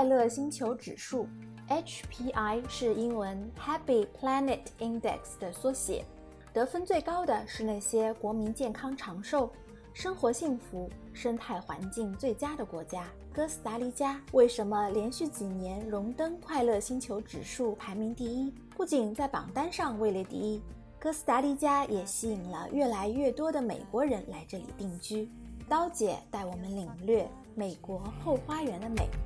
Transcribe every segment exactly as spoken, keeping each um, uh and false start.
快乐星球指数 H P I 是英文 Happy Planet Index 的缩写，得分最高的是那些国民健康长寿、生活幸福、生态环境最佳的国家。哥斯达黎加为什么连续几年荣登快乐星球指数排名第一？不仅在榜单上位列第一，哥斯达黎加也吸引了越来越多的美国人来这里定居。刀姐带我们领略美国后花园的美。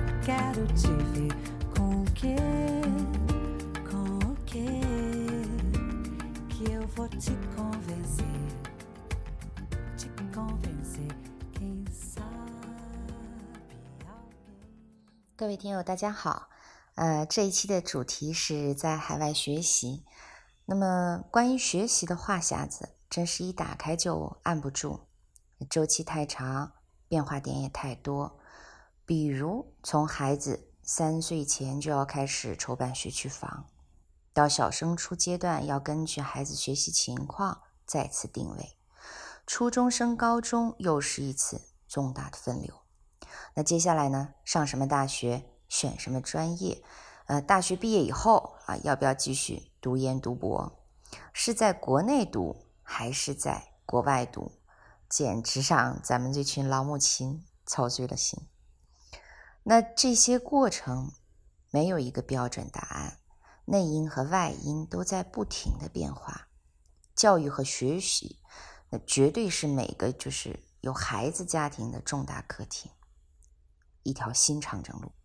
各位听友大家好，呃，这一期的主题是在海外学习。那么关于学习的话匣子真是一打开就按不住，周期太长，变化点也太多。比如从孩子三岁前就要开始筹办学区房，到小升初阶段要根据孩子学习情况再次定位，初中升高中又是一次重大的分流。那接下来呢，上什么大学，选什么专业，呃，大学毕业以后啊，要不要继续读研读博，是在国内读还是在国外读，简直让咱们这群老母亲操碎了心。那这些过程没有一个标准答案，内因和外因都在不停的变化。教育和学习，那绝对是每个就是有孩子家庭的重大课题，一条新长征路。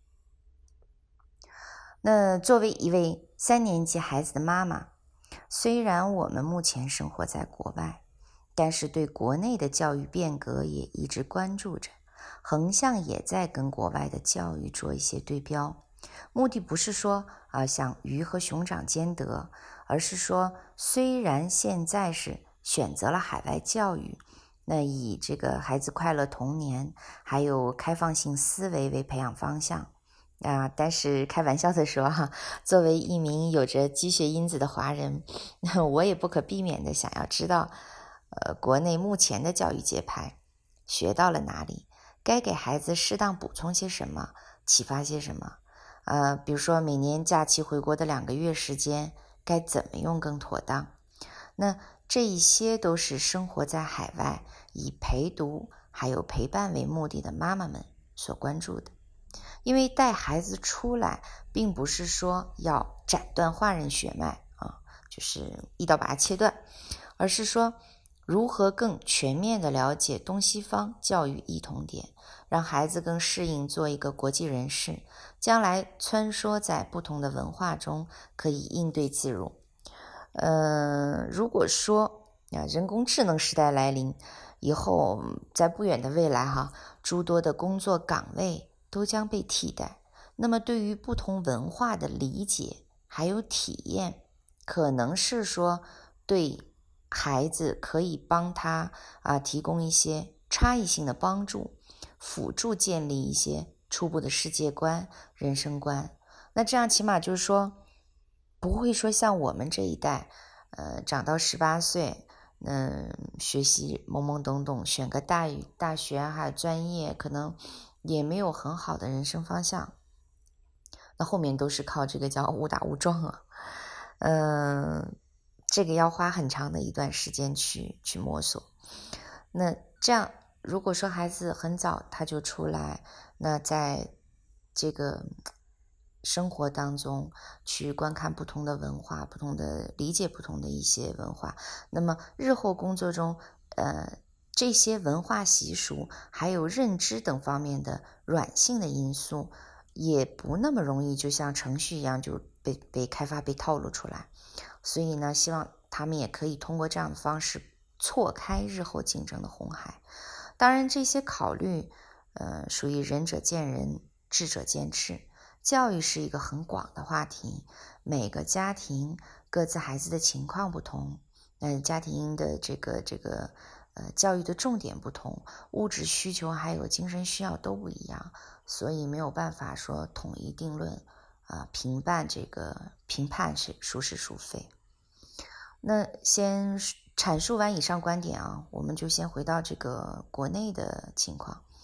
那作为一位三年级孩子的妈妈，虽然我们目前生活在国外，但是对国内的教育变革也一直关注着，横向也在跟国外的教育做一些对标。目的不是说啊、呃、想鱼和熊掌兼得，而是说虽然现在是选择了海外教育，那以这个孩子快乐童年还有开放性思维为培养方向啊，但是开玩笑的说哈，作为一名有着鸡血因子的华人，我也不可避免的想要知道，呃，国内目前的教育节拍学到了哪里，该给孩子适当补充些什么，启发些什么。呃，比如说每年假期回国的两个月时间，该怎么用更妥当？那这一些都是生活在海外以陪读还有陪伴为目的的妈妈们所关注的。因为带孩子出来并不是说要斩断华人血脉啊，就是一刀把它切断，而是说如何更全面的了解东西方教育异同点，让孩子更适应做一个国际人士，将来穿梭在不同的文化中可以应对自如。呃，如果说啊，人工智能时代来临以后，在不远的未来哈，诸多的工作岗位都将被替代，那么对于不同文化的理解还有体验，可能是说对孩子可以帮他啊提供一些差异性的帮助，辅助建立一些初步的世界观、人生观。那这样起码就是说，不会说像我们这一代，呃，长到十八岁，嗯、呃，学习懵懵懂懂，选个大语大学还有专业，可能也没有很好的人生方向。那后面都是靠这个叫误打误撞啊，嗯、呃。这个要花很长的一段时间去去摸索。那这样如果说孩子很早他就出来，那在这个生活当中去观看不同的文化，不同的理解不同的一些文化，那么日后工作中呃这些文化习俗还有认知等方面的软性的因素也不那么容易就像程序一样就被被开发被套路出来。所以呢，希望他们也可以通过这样的方式错开日后竞争的红海。当然这些考虑呃，属于仁者见仁，智者见智。教育是一个很广的话题，每个家庭各自孩子的情况不同，那家庭的这个这个呃教育的重点不同，物质需求还有精神需要都不一样，所以没有办法说统一定论啊、呃，评判这个评判是孰是孰非。那先阐述完以上观点啊，我们就先回到这个国内的情况。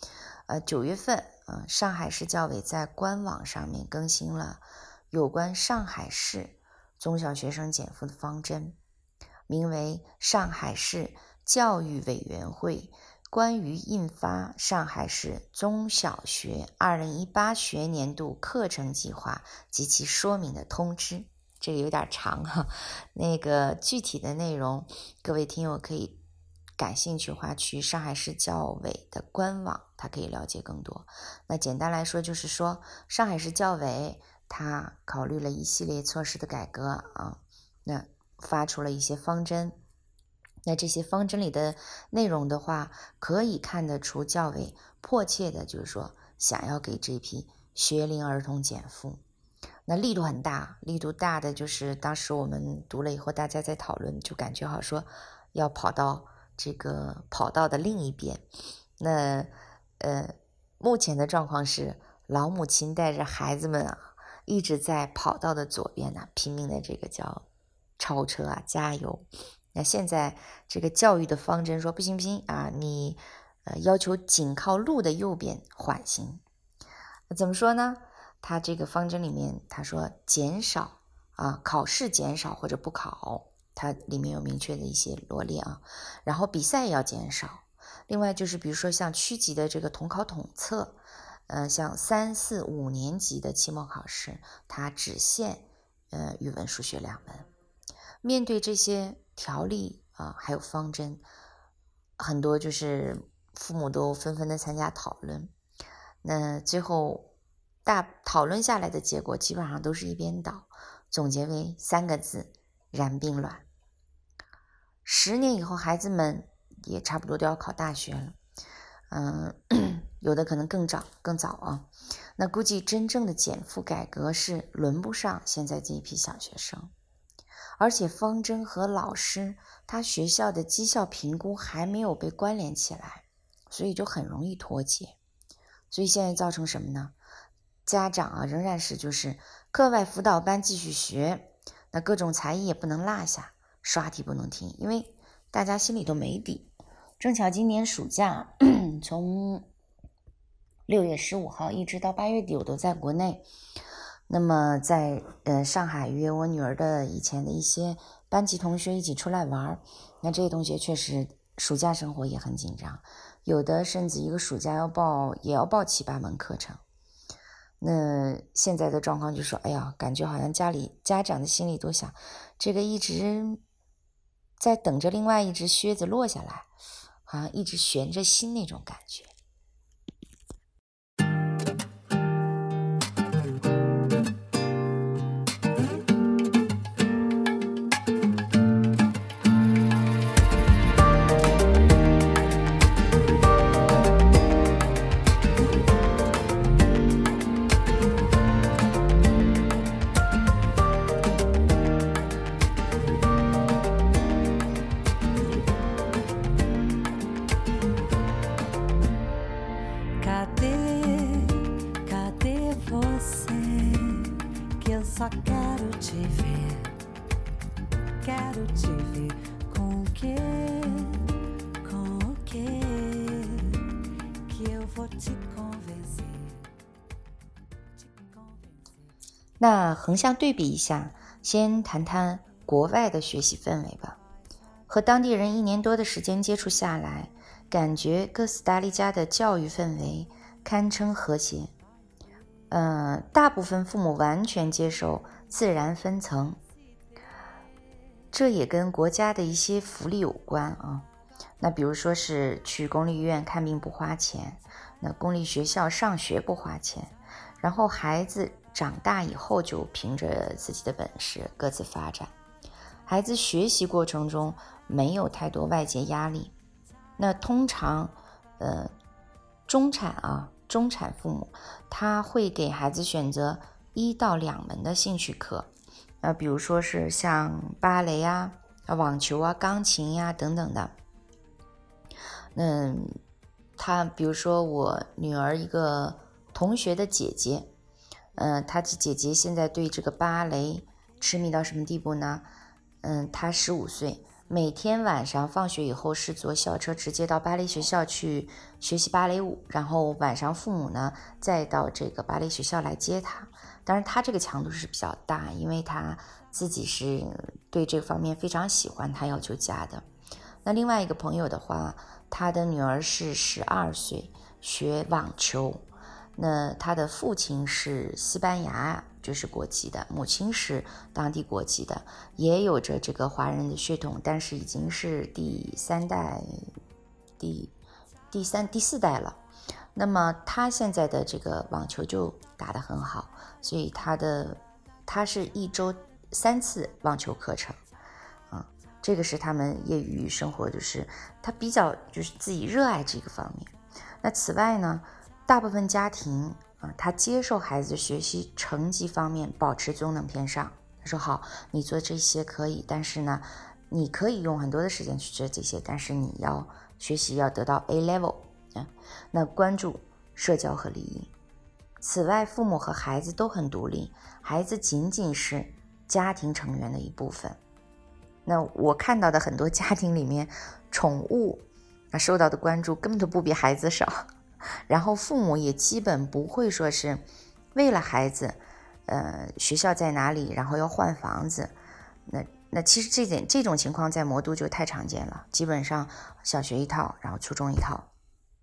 呃，九月份，呃，上海市教委在官网上面更新了有关上海市中小学生减负的方针，名为《上海市教育委员会关于印发上海市中小学二零一八学年度课程计划及其说明的通知》。这个有点长哈，那个具体的内容，各位听友可以感兴趣的话，去上海市教委的官网，它可以了解更多。那简单来说，就是说上海市教委它考虑了一系列措施的改革啊，那发出了一些方针。那这些方针里的内容的话，可以看得出教委迫切的就是说想要给这批学龄儿童减负。那力度很大，力度大的就是当时我们读了以后，大家在讨论，就感觉好说要跑到这个跑道的另一边。那呃，目前的状况是，老母亲带着孩子们啊，一直在跑道的左边呢、啊，拼命的这个叫超车啊，加油。那现在这个教育的方针说不行不行啊，你呃要求紧靠路的右边缓行。怎么说呢？他这个方针里面，他说减少啊，考试减少或者不考，它里面有明确的一些罗列啊。然后比赛也要减少。另外就是比如说像区级的这个统考统测，呃，像三四五年级的期末考试，它只限呃语文、数学两门。面对这些条例啊，还有方针，很多就是父母都纷纷的参加讨论。那最后大讨论下来的结果基本上都是一边倒，总结为三个字：然并卵。十年以后，孩子们也差不多都要考大学了，嗯，有的可能更早更早啊。那估计真正的减负改革是轮不上现在这一批小学生，而且方针和老师他学校的绩效评估还没有被关联起来，所以就很容易脱节。所以现在造成什么呢？家长啊，仍然是就是课外辅导班继续学，那各种才艺也不能落下，刷题不能停，因为大家心里都没底。正巧今年暑假从六月十五号一直到八月底，我都在国内。那么在呃上海约我女儿的以前的一些班级同学一起出来玩，那这些同学确实暑假生活也很紧张，有的甚至一个暑假要报也要报七八门课程。那现在的状况就说，哎呀，感觉好像家里家长的心里都想，这个一直在等着另外一只靴子落下来，好像一直悬着心那种感觉。那横向对比一下，先谈谈国外的学习氛围吧。和当地人一年多的时间接触下来，感觉哥斯达黎加的教育氛围堪称和谐。呃，大部分父母完全接受自然分层，这也跟国家的一些福利有关啊。那比如说是去公立医院看病不花钱，那公立学校上学不花钱，然后孩子长大以后就凭着自己的本事各自发展，孩子学习过程中没有太多外界压力。那通常呃中产啊中产父母他会给孩子选择一到两门的兴趣课，呃比如说是像芭蕾啊、网球啊、钢琴呀、啊、等等的。嗯，他比如说我女儿一个同学的姐姐，嗯，她姐姐现在对这个芭蕾痴迷到什么地步呢？嗯，她十五岁， 每天晚上放学以后是坐校车直接到芭蕾学校去学习芭蕾舞，然后晚上父母呢再到这个芭蕾学校来接他。当然他这个强度是比较大，因为他自己是对这方面非常喜欢，他要求加的。那另外一个朋友的话，他的女儿是十二岁，学网球。那他的父亲是西班牙就是国籍的，母亲是当地国籍的，也有着这个华人的血统，但是已经是第三代第第三第四代了。那么他现在的这个网球就打得很好，所以他的他是一周三次网球课程啊，这个是他们业余生活，就是他比较就是自己热爱这个方面。那此外呢，大部分家庭啊，他接受孩子学习成绩方面保持中等偏上。他说好，你做这些可以，但是呢，你可以用很多的时间去做这些，但是你要学习要得到 A level 啊。那关注社交和利益。此外，父母和孩子都很独立，孩子仅仅是家庭成员的一部分。那我看到的很多家庭里面，宠物那受到的关注根本都不比孩子少。然后父母也基本不会说是为了孩子呃，学校在哪里然后要换房子。那那其实这点这种情况在魔都就太常见了，基本上小学一套，然后初中一套。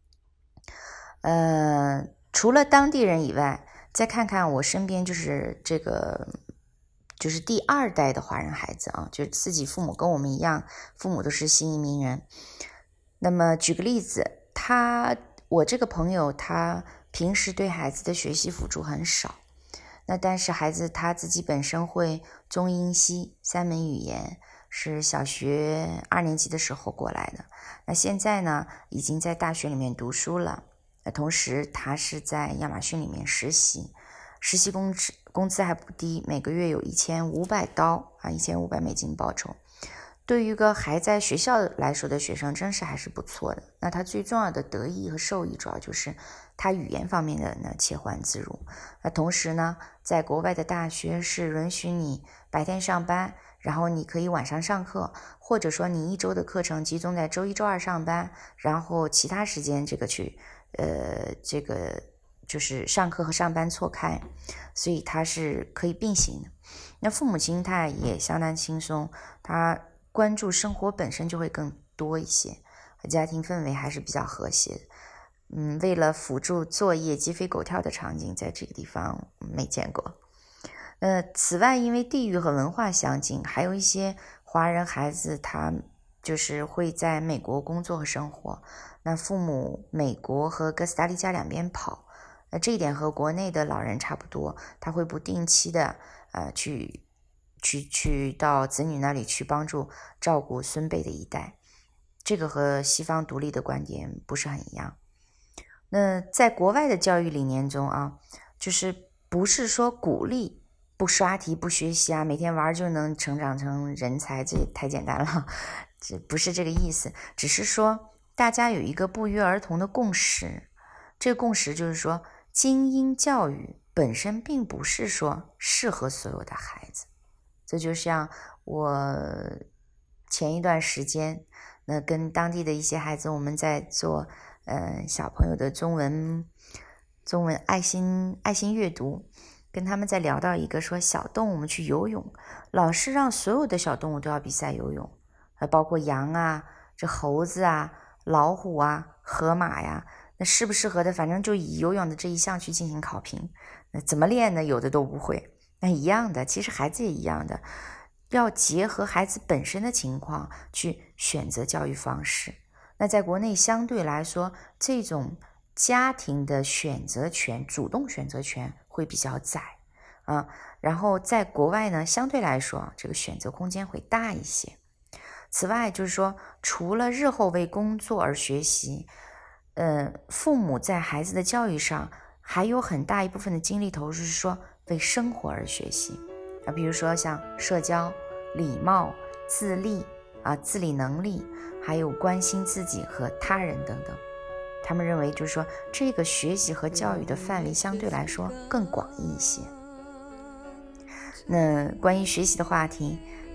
呃，除了当地人以外，再看看我身边就是这个就是第二代的华人孩子啊，就是自己父母跟我们一样，父母都是新移民人。那么举个例子，他我这个朋友他平时对孩子的学习辅助很少，那但是孩子他自己本身会中英西三门语言，是小学二年级的时候过来的。那现在呢，已经在大学里面读书了。那同时他是在亚马逊里面实习，实习工资工资还不低，每个月有一千五百刀啊，一千五百美金报酬。对于一个还在学校来说的学生，真是还是不错的。那他最重要的得益和受益，主要就是他语言方面的呢切换自如。那同时呢，在国外的大学是允许你白天上班，然后你可以晚上上课，或者说你一周的课程集中在周一周二上班，然后其他时间这个去呃这个就是上课和上班错开，所以它是可以并行的。那父母亲他也相当轻松，他关注生活本身就会更多一些，家庭氛围还是比较和谐的。嗯，为了辅助作业鸡飞狗跳的场景在这个地方没见过。呃，此外因为地域和文化相近，还有一些华人孩子他就是会在美国工作和生活，那父母美国和哥斯达黎加两边跑，那这一点和国内的老人差不多，他会不定期的呃去去去到子女那里去帮助照顾孙辈的一代，这个和西方独立的观点不是很一样。那在国外的教育理念中啊，就是不是说鼓励不刷题不学习啊，每天玩就能成长成人才，这太简单了，这不是这个意思，只是说大家有一个不约而同的共识。这个共识就是说，精英教育本身并不是说适合所有的孩子。这就像我前一段时间那跟当地的一些孩子，我们在做呃小朋友的中文中文爱心爱心阅读，跟他们在聊到一个说小动物我们去游泳，老师让所有的小动物都要比赛游泳，包括羊啊、这猴子啊、老虎啊、河马呀，那适不适合的，反正就以游泳的这一项去进行考评。那怎么练呢？有的都不会。那一样的，其实孩子也一样的，要结合孩子本身的情况去选择教育方式。那在国内相对来说，这种家庭的选择权、主动选择权会比较窄啊。然后在国外呢，相对来说这个选择空间会大一些。此外就是说，除了日后为工作而学习，呃，父母在孩子的教育上还有很大一部分的精力投入是说为生活而学习啊，比如说像社交、礼貌、自立啊、自理能力，还有关心自己和他人等等。他们认为就是说，这个学习和教育的范围相对来说更广义一些。那关于学习的话题，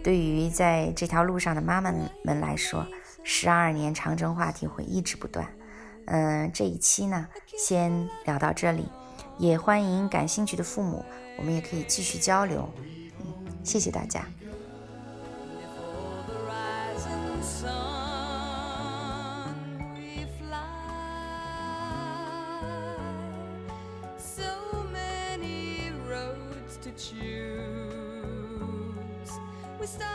对于在这条路上的妈妈们来说，十二年长征话题会一直不断。嗯，这一期呢，先聊到这里，也欢迎感兴趣的父母，我们也可以继续交流。嗯，谢谢大家。 choose. We start